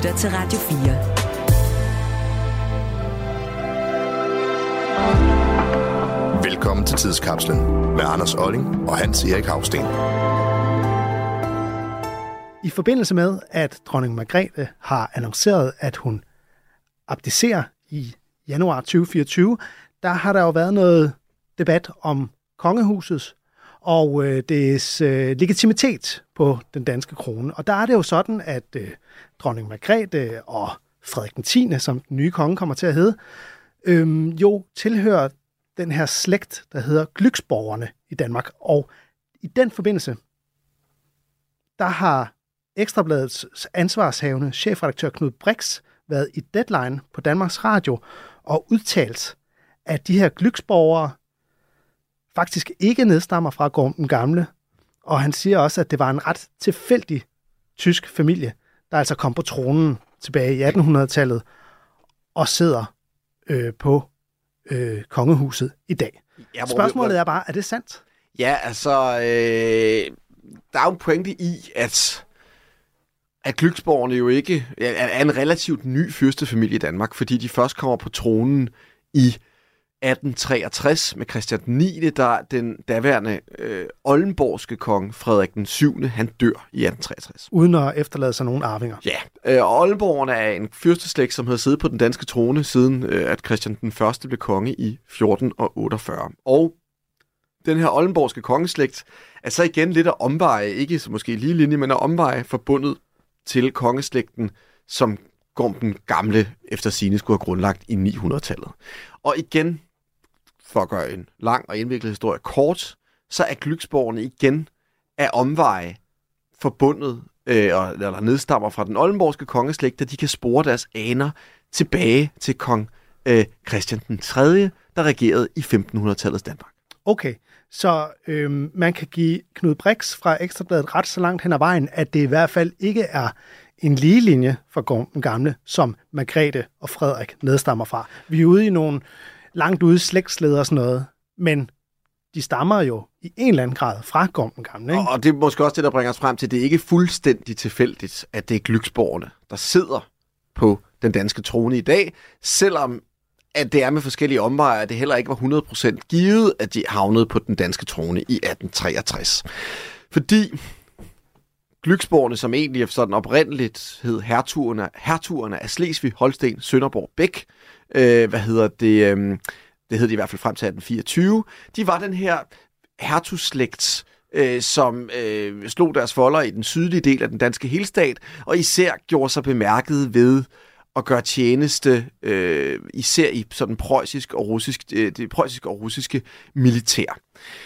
lytter til Radio 4. Velkommen til Tidskapslen med Anders Olling og Hans Erik Hausten. I forbindelse med, at dronning Margrethe har annonceret, at hun abdicerer i januar 2024, der har der jo været noget debat om kongehusets og dets legitimitet på den danske krone. Og der er det jo sådan, at dronning Margrethe og Frederik 10., som den nye konge kommer til at hedde, jo tilhører den her slægt, der hedder Glücksborgerne i Danmark. Og i den forbindelse, der har Ekstrabladets ansvarshavende chefredaktør Knud Brix været i Deadline på Danmarks Radio og udtalt, at de her Glücksborgere faktisk ikke nedstammer fra Gorm den Gamle. Og han siger også, at det var en ret tilfældig tysk familie, der altså kom på tronen tilbage i 1800-tallet og sidder på kongehuset i dag. Ja, spørgsmålet er bare, er det sandt? Ja, altså, der er jo en pointe i, at Glücksborgerne jo ikke er en relativt ny fyrstefamilie i Danmark, fordi de først kommer på tronen i 1863 med Christian 9., der den daværende oldenborgske konge Frederik den 7., han dør i 1863. Uden at efterlade sig nogen arvinger. Ja, og oldenborgerne er en fyrsteslægt, som havde siddet på den danske trone siden at Christian den 1. blev konge i 1448. Og den her oldenborgske kongeslægt er så igen lidt af omveje, ikke så måske lige linje, men af omveje forbundet til kongeslægten, som Gorm den Gamle efter sigende skulle have grundlagt i 900-tallet. Og igen, for at gøre en lang og indviklet historie kort, så er Glücksborgerne igen af omveje forbundet, eller nedstammer fra den oldenborgske kongeslægt, da de kan spore deres aner tilbage til kong Christian den 3., der regerede i 1500-tallets Danmark. Okay, så man kan give Knud Brix fra Ekstrabladet ret så langt hen ad vejen, at det i hvert fald ikke er en lige linje for Gorm den Gamle, som Margrethe og Frederik nedstammer fra. Vi er ude i nogle langt ude slægtsleder og sådan noget, men de stammer jo i en eller anden grad fra Gorm den Gamle, ikke? Og det er måske også det, der bringer os frem til, det er ikke fuldstændig tilfældigt, at det er Glücksborgerne, der sidder på den danske trone i dag, selvom at det er med forskellige omveje, at det heller ikke var 100% givet, at de havnede på den danske trone i 1863. Fordi Glücksborgerne, som egentlig sådan oprindeligt hed hertugerne af Slesvig, Holsten, Sønderborg, Bæk, det hed de i hvert fald frem til 1824, de var den her hertugslægt, som slog deres folder i den sydlige del af den danske helstat, og især gjorde sig bemærket ved at gøre tjeneste, især i sådan preussisk og russisk, det preussiske og russiske militær.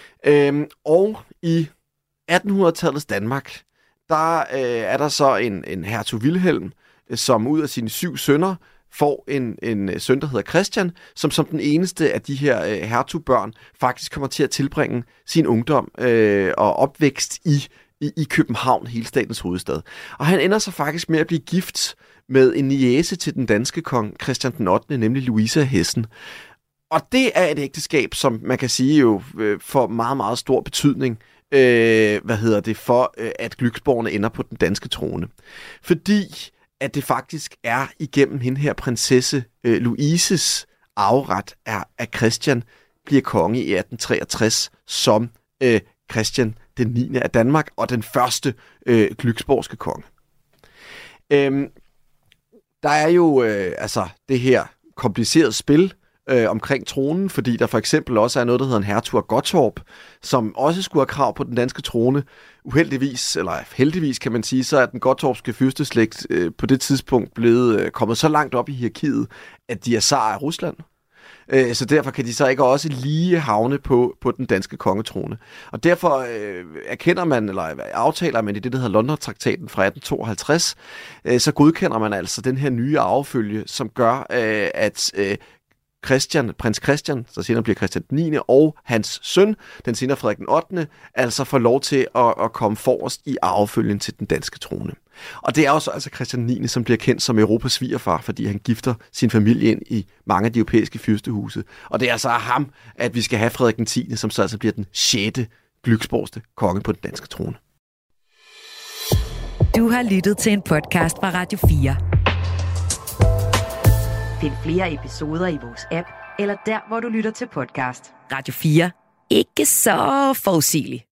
Og i 1800-tallets Danmark, der er der så en hertug Wilhelm, som ud af sine 7 sønner får en søn, der hedder Christian, som den eneste af de her hertugbørn faktisk kommer til at tilbringe sin ungdom og opvækst i København, hele statens hovedstad. Og han ender så faktisk med at blive gift med en niece til den danske kong Christian den 8., nemlig Louise af Hessen. Og det er et ægteskab, som man kan sige jo får meget, meget stor betydning, for at Glücksborgerne ender på den danske trone. Fordi at det faktisk er igennem hende her prinsesse Louises arveret, at Christian bliver konge i 1863 som Christian den 9. af Danmark og den første Glücksborgske konge. Der er jo det her komplicerede spil omkring tronen, fordi der for eksempel også er noget, der hedder en hertug af Gottorp, som også skulle have krav på den danske trone. Uheldigvis, eller heldigvis kan man sige, så er den gottorpske fyrsteslægt på det tidspunkt blevet kommet så langt op i hierarkiet, at de er zar af Rusland. Så derfor kan de så ikke også lige havne på den danske kongetrone. Og derfor erkender man, eller aftaler man i det, der hedder London-traktaten fra 1852, så godkender man altså den her nye arvefølge, som gør, at prins Christian, så senere bliver Christian den 9., og hans søn, den senere Frederik den 8., altså får lov til at komme forrest i arvefølgen til den danske trone. Og det er også altså Christian 9., som bliver kendt som Europas svigerfar, fordi han gifter sin familie ind i mange af de europæiske fyrstehuse. Og det er altså ham, at vi skal have Frederik den 10., som så altså bliver den 6. Glücksborgske konge på den danske trone. Du har lyttet til en podcast fra Radio 4. Find flere episoder i vores app, eller der, hvor du lytter til podcast. Radio 4. Ikke så forudsigeligt.